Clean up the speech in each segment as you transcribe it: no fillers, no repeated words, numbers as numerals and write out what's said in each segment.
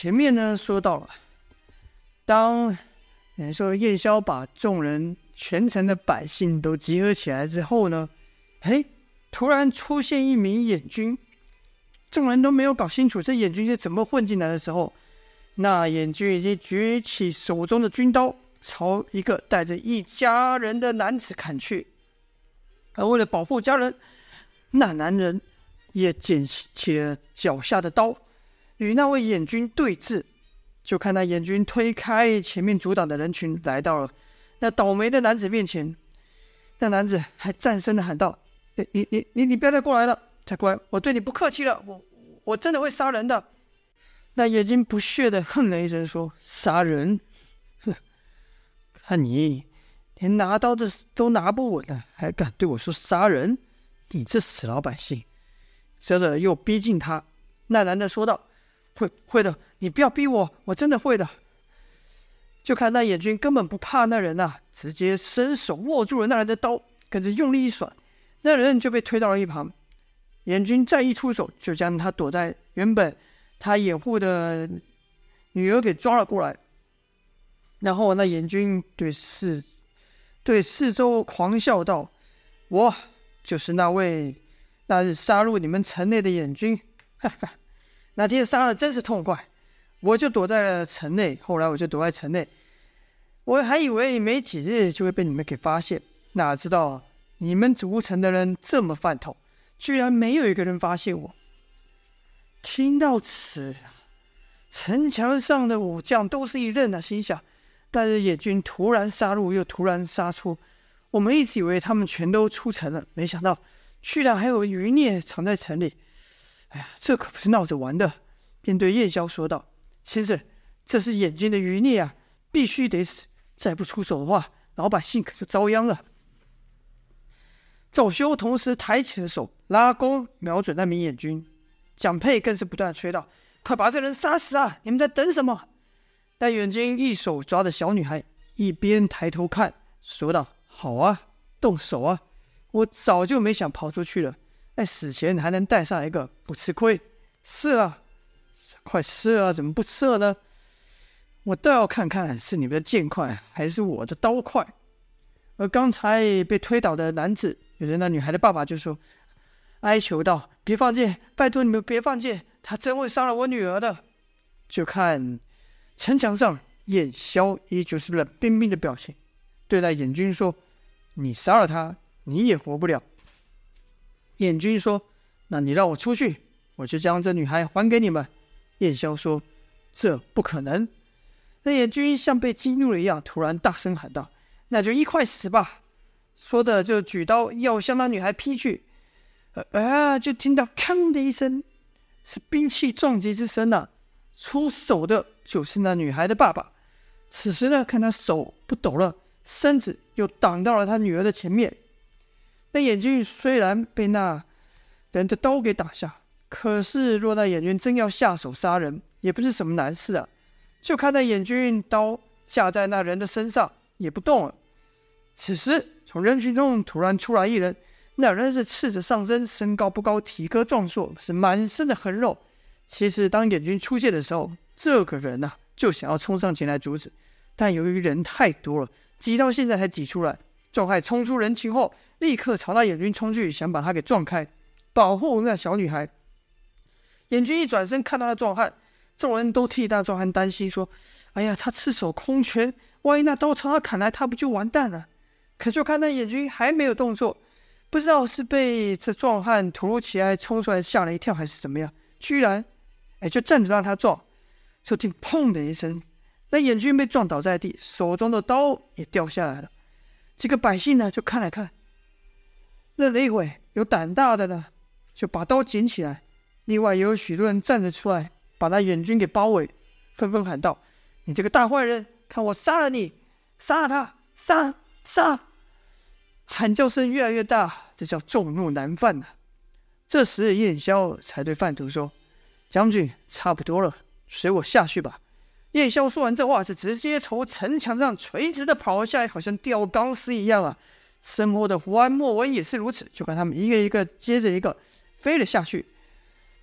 前面呢说到了，当说夜宵把众人全城的百姓都集合起来之后呢，突然出现一名眼军，众人都没有搞清楚这眼军是怎么混进来的时候，那眼军已经举起手中的军刀，朝一个带着一家人的男子砍去。而为了保护家人，那男人也捡起了脚下的刀，与那位眼军对峙。就看那眼军推开前面阻挡的人群，来到了那倒霉的男子面前。那男子还战声的喊道：你不要再过来了，再过来我对你不客气了，我真的会杀人的。那眼睛不屑的哼了一声说：杀人？哼，看你连拿刀的都拿不稳了，还敢对我说杀人？你这死老百姓！接着又逼近他。那男的说道：会的，你不要逼我，我真的会的。就看那眼军根本不怕那人啊，直接伸手握住了那人的刀，跟着用力一甩，那人就被推到了一旁。眼军再一出手，就将他躲在原本他掩护的女儿给抓了过来。然后那眼军对四周狂笑道：我就是那日杀入你们城内的眼军，哈哈，那天杀了真是痛快，我就躲在了城内。后来我就躲在城内，我还以为没几日就会被你们给发现，哪知道你们主城的人这么饭桶，居然没有一个人发现我。听到此，城墙上的武将都是一愣啊，心想：但是眼军突然杀入又突然杀出，我们一直以为他们全都出城了，没想到居然还有余孽藏在城里。哎呀，这可不是闹着玩的。便对夜宵说道：先生，这是眼睛的余孽啊，必须得死，再不出手的话，老百姓可就遭殃了。赵修同时抬起了手，拉弓瞄准那名眼军。蒋佩更是不断催道：快把这人杀死啊，你们在等什么？但眼睛一手抓着小女孩，一边抬头看，说道：好啊，动手啊，我早就没想跑出去了，死前还能带上一个，不吃亏。是啊，快射啊，怎么不射呢？我倒要看看是你们的剑快还是我的刀快。而刚才被推倒的男子，就是那女孩的爸爸，就说哀求道：别放箭，拜托你们别放箭，他真会杀了我女儿的。就看城墙上燕萧依旧是冷冰冰的表情，对那眼军说：你杀了他，你也活不了。眼军说：那你让我出去，我就将这女孩还给你们。燕萧说：这不可能。那眼军像被激怒了一样，突然大声喊道：那就一块死吧。说的就举刀要向那女孩劈去。就听到锵的一声，是兵器撞击之声啊！出手的就是那女孩的爸爸。此时呢，看他手不抖了，身子又挡到了他女儿的前面。那眼军虽然被那人的刀给打下，可是若那眼军真要下手杀人，也不是什么难事啊。就看那眼军刀架在那人的身上，也不动了。此时从人群中突然出来一人，那人是赤着上身，身高不高，体格壮硕，是满身的横肉。其实当眼军出现的时候，这个人就想要冲上前来阻止，但由于人太多了，挤到现在才挤出来。壮汉冲出人群后，立刻朝那眼军冲去，想把他给撞开，保护那小女孩。眼军一转身看到那壮汉，众人都替那壮汉担心，说：哎呀，他赤手空拳，万一那刀朝他砍来，他不就完蛋了？可就看那眼军还没有动作，不知道是被这壮汉突如其来冲出来吓了一跳，还是怎么样，居然就站着让他撞。就听砰的一声，那眼军被撞倒在地，手中的刀也掉下来了。几个百姓呢就看来看，愣了一会，有胆大的呢就把刀捡起来，另外也有许多人站了出来，把那眼军给包围，纷纷喊道：你这个大坏人，看我杀了你，杀了他，杀！喊叫声越来越大，这叫众怒难犯啊。这时燕萧才对范图说：将军差不多了，随我下去吧。燕萧说完这话，是直接从城墙上垂直的跑了下来，好像吊钢丝一样啊。身后的胡安、莫文也是如此，就看他们一个一个接着一个飞了下去。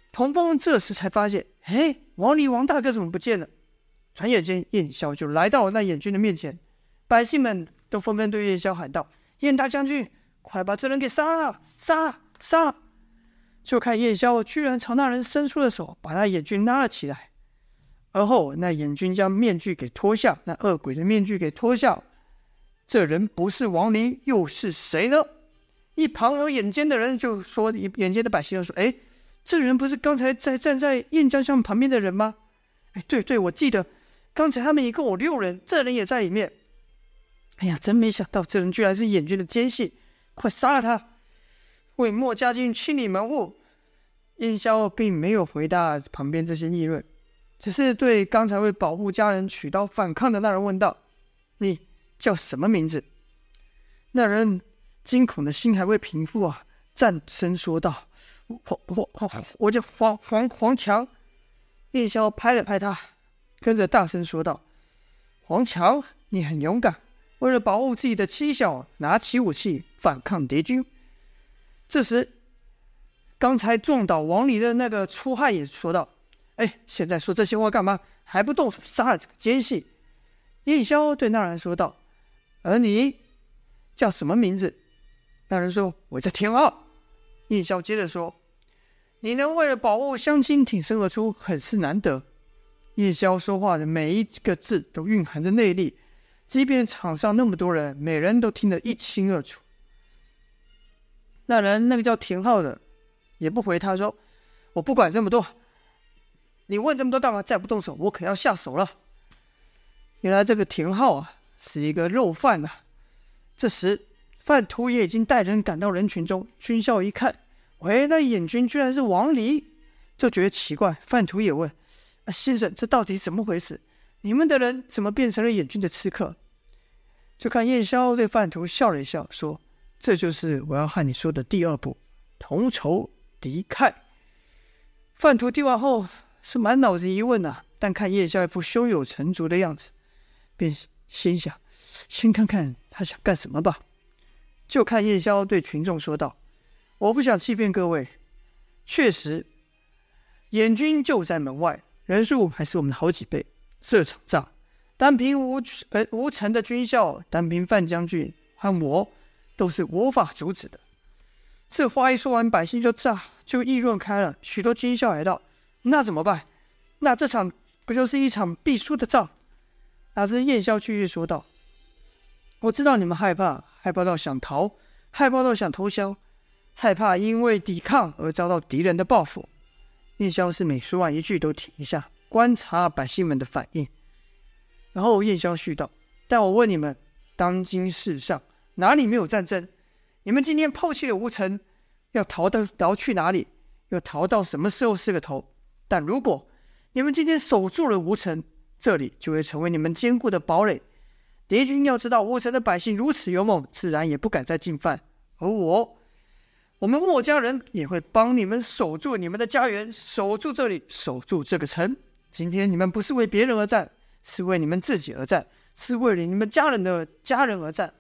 童风这时才发现，王离王大哥怎么不见了？转眼间，燕萧就来到了那燕军的面前，百姓们都纷纷对燕萧喊道：“燕大将军，快把这人给杀了！杀！杀！”就看燕萧居然朝那人伸出了手，把那燕军拉了起来。而后，那燕军将面具给脱下，那恶鬼的面具给脱下。这人不是王离，又是谁呢？一旁有眼尖的人就说，眼尖的百姓就说：“这人不是刚才站在燕将相旁边的人吗？对，我记得刚才他们一共有6人，这人也在里面。真没想到这人居然是燕军的奸细，快杀了他，为墨家军清理门户。”燕萧并没有回答旁边这些议论，只是对刚才为保护家人取刀反抗的那人问道：“你叫什么名字？”那人惊恐的心还未平复啊，战声说道：“我叫黄强。”燕萧拍了拍他，跟着大声说道：“黄强，你很勇敢，为了保护自己的妻小，拿起武器反抗敌军。”这时，刚才撞倒王离的那个出汉也说道：“现在说这些话干嘛？还不动手杀了这个奸细？”燕萧对那人说道：“而你叫什么名字？”那人说：“我叫田浩。”燕萧接着说：“你能为了保护乡亲挺身而出，很是难得。”燕萧说话的每一个字都蕴含着内力，即便场上那么多人，每人都听得一清二楚。那人那个叫田浩的也不回他，说：“我不管这么多，你问这么多干嘛？再不动手，我可要下手了。”原来这个田浩啊，是一个肉贩啊。这时范图也已经带人赶到人群中，军校一看，那燕军居然是王离，就觉得奇怪。范图也问：“先生，这到底怎么回事？你们的人怎么变成了燕军的刺客？”就看燕萧对范图笑了一笑，说：“这就是我要和你说的第2步，同仇敌忾。”范图听完后是满脑子疑问啊，但看燕萧一副胸有成竹的样子，便心想：先看看他想干什么吧。就看燕萧对群众说道：“我不想欺骗各位，确实燕军就在门外，人数还是我们的好几倍。这场仗单凭吴城的军校，单凭范将军和我都是无法阻止的。”这话一说完，百姓就议论开了，许多军校来到，那怎么办？那这场不就是一场必输的仗？哪知燕萧继续说道：“我知道你们害怕到想逃，害怕到想投降，害怕因为抵抗而遭到敌人的报复。”燕萧是每说完一句都停一下，观察百姓们的反应。然后燕萧续道：“但我问你们，当今世上哪里没有战争？你们今天抛弃了吴城，要逃去哪里？又逃到什么时候是个头？但如果你们今天守住了吴城，这里就会成为你们坚固的堡垒。敌军要知道吴城的百姓如此勇猛，自然也不敢再进犯。而我们墨家人也会帮你们守住你们的家园，守住这里，守住这个城。今天你们不是为别人而战，是为你们自己而战，是为了你们家人而战。”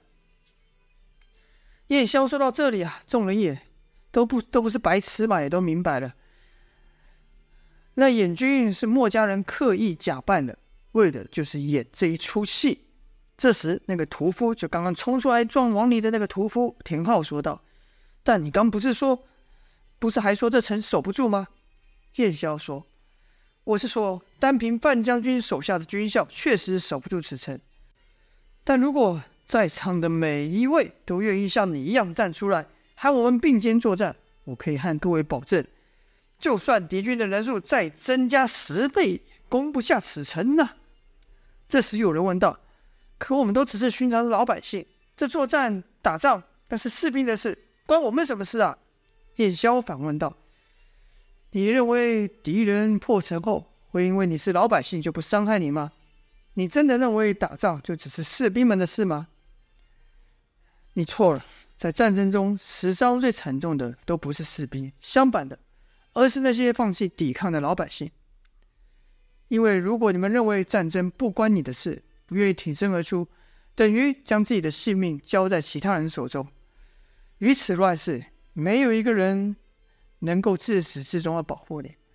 燕萧说到这里啊，众人也都不是白痴嘛，也都明白了。那燕军是墨家人刻意假扮的，为的就是演这一出戏。这时那个屠夫，就刚刚冲出来撞王离的那个屠夫田浩说道：“但你刚不是还说这城守不住吗？”燕萧说：“我是说，单凭范将军手下的军校，确实守不住此城。但如果在场的每一位都愿意像你一样站出来，和我们并肩作战，我可以和各位保证，就算敌军的人数再增加10倍，攻不下此城呢。”这时有人问道：“可我们都只是寻常的老百姓，这作战打仗那是士兵的事，关我们什么事啊？”燕萧反问道：“你认为敌人破城后会因为你是老百姓就不伤害你吗？你真的认为打仗就只是士兵们的事吗？你错了，在战争中死伤最惨重的都不是士兵，相反的，而是那些放弃抵抗的老百姓。因为如果你们认为战争不关你的事，不愿意挺身而出，等于将自己的性命交在其他人手中。于此乱世，没有一个人能够自始至终的保护你。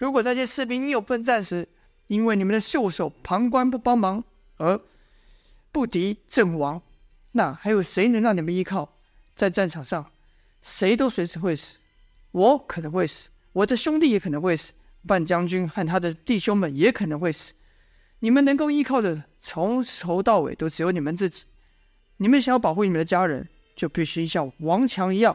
如果那些士兵一有奋战时，因为你们的袖手旁观不帮忙而不敌阵亡，那还有谁能让你们依靠？在战场上，谁都随时会死，我可能会死，我的兄弟也可能会死，范将军和他的弟兄们也可能会死。你们能够依靠的，从头到尾都只有你们自己。你们想要保护你们的家人，就必须像黄强一样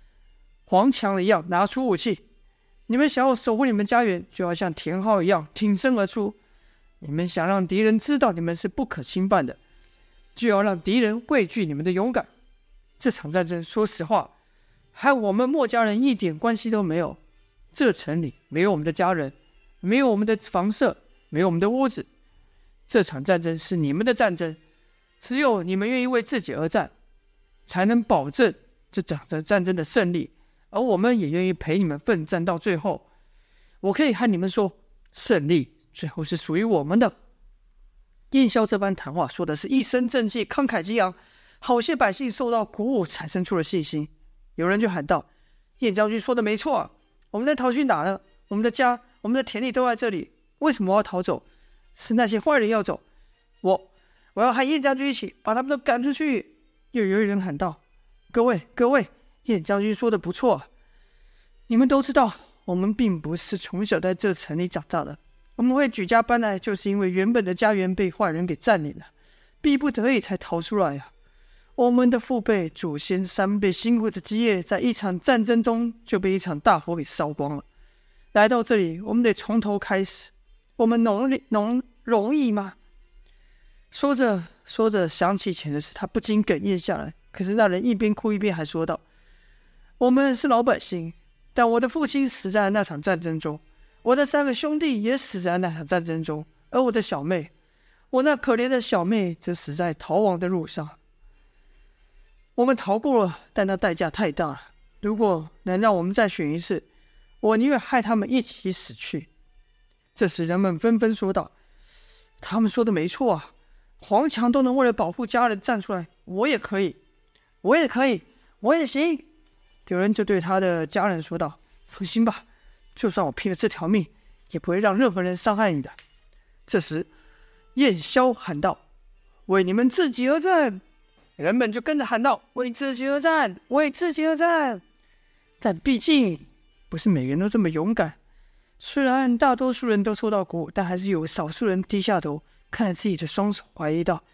拿出武器。你们想要守护你们家园，就要像田浩一样挺身而出。你们想让敌人知道你们是不可侵犯的，就要让敌人畏惧你们的勇敢。这场战争，说实话，和我们墨家人一点关系都没有。这城里没有我们的家人，没有我们的房舍，没有我们的屋子。这场战争是你们的战争，只有你们愿意为自己而战，才能保证这场战争的胜利。而我们也愿意陪你们奋战到最后。我可以和你们说，胜利最后是属于我们的。燕萧这番谈话说的是一身正气，慷慨激昂，好些百姓受到鼓舞，产生出了信心。有人就喊道：燕将军说的没错啊，我们能逃去哪呢？我们的家，我们的田地都在这里，为什么我要逃走？是那些坏人要走，我要和燕将军一起把他们都赶出去。又有人喊道：各位，燕将军说的不错啊，你们都知道，我们并不是从小在这城里长大的，我们会举家搬来，就是因为原本的家园被坏人给占领了，逼不得已才逃出来啊。我们的父辈、祖先3辈辛苦的基业，在一场战争中就被一场大火给烧光了。来到这里，我们得从头开始，我们容易吗？说着想起前的事，他不禁哽咽下来。可是那人一边哭一边还说道：我们是老百姓，但我的父亲死在那场战争中，我的3个兄弟也死在那场战争中，而我的小妹，我那可怜的小妹则死在逃亡的路上。我们逃过了，但那代价太大了。如果能让我们再选一次，我宁愿害他们一起死去。这时人们纷纷说道：他们说的没错啊，黄强都能为了保护家人站出来，我也可以，我也行。有人就对他的家人说道：放心吧，就算我拼了这条命，也不会让任何人伤害你的。这时燕萧喊道：为你们自己而战。人们就跟着喊道：为自己而战，为自己而战。但毕竟不是每个人都这么勇敢，虽然大多数人都受到鼓舞，但还是有少数人低下头看着自己的双手，怀疑道：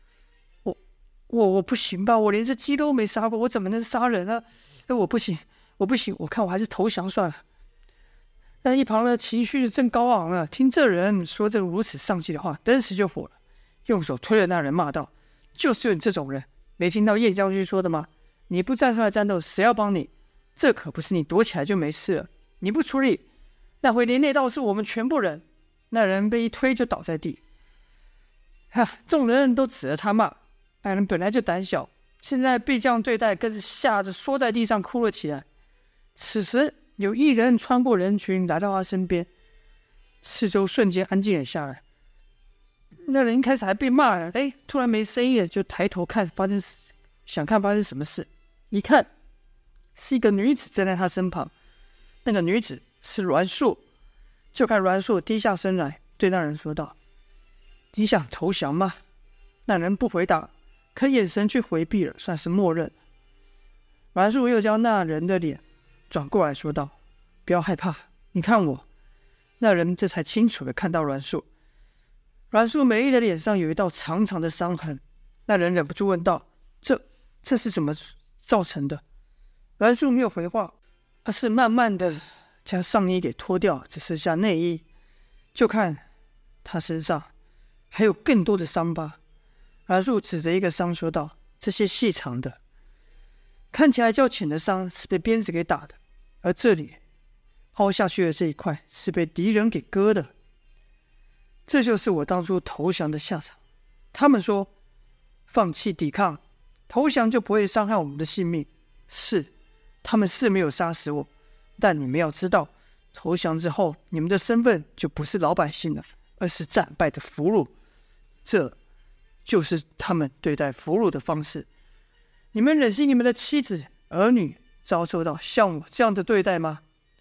我不行吧，我连只鸡都没杀过，我怎么能杀人啊？我不行，我看我还是投降算了。但一旁的情绪正高昂了，听这人说这如此丧气的话，登时就火了，用手推了那人，骂道：就是有你这种人，没听到燕将军说的吗？你不站出来战斗，谁要帮你？这可不是你躲起来就没事了，你不出力，那会连累到是我们全部人。那人被一推就倒在地，众人都指着他骂。那人本来就胆小，现在被这样对待，更是吓得缩在地上哭了起来。此时有一人穿过人群来到他身边，四周瞬间安静了下来。那人一开始还被骂了，突然没声音了，就抬头看想看发生什么事。一看是一个女子站在他身旁，那个女子是栾树。就看栾树低下身来，对那人说道：你想投降吗？那人不回答，可眼神却回避了，算是默认。栾树又将那人的脸转过来说道：不要害怕，你看我。那人这才清楚地看到栾树。栾树美丽的脸上有一道长长的伤痕，那人忍不住问道：这是怎么造成的？栾树没有回话，而是慢慢的将上衣给脱掉，只剩下内衣。就看他身上还有更多的伤疤。栾树指着一个伤说道：这些细长的，看起来较浅的伤是被鞭子给打的，而这里凹下去的这一块是被敌人给割的。这就是我当初投降的下场。他们说放弃抵抗，投降就不会伤害我们的性命。是，他们是没有杀死我，但你们要知道，投降之后，你们的身份就不是老百姓了，而是战败的俘虏。这就是他们对待俘虏的方式。你们忍心你们的妻子、儿女遭受到像我这样的对待吗？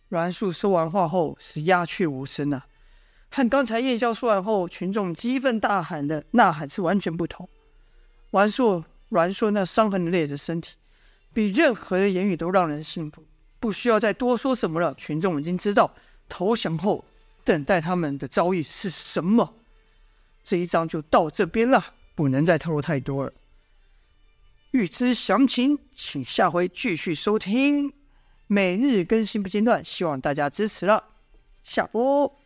阮树说完话后是鸦雀无声啊，和刚才夜宵说完后群众激愤大喊的呐喊是完全不同。阮硕那伤痕累累的身体，比任何的言语都让人信服，不需要再多说什么了。群众已经知道投降后等待他们的遭遇是什么。这一章就到这边了，不能再透露太多了。欲知详情，请下回继续收听。每日更新不间断，希望大家支持了。下播。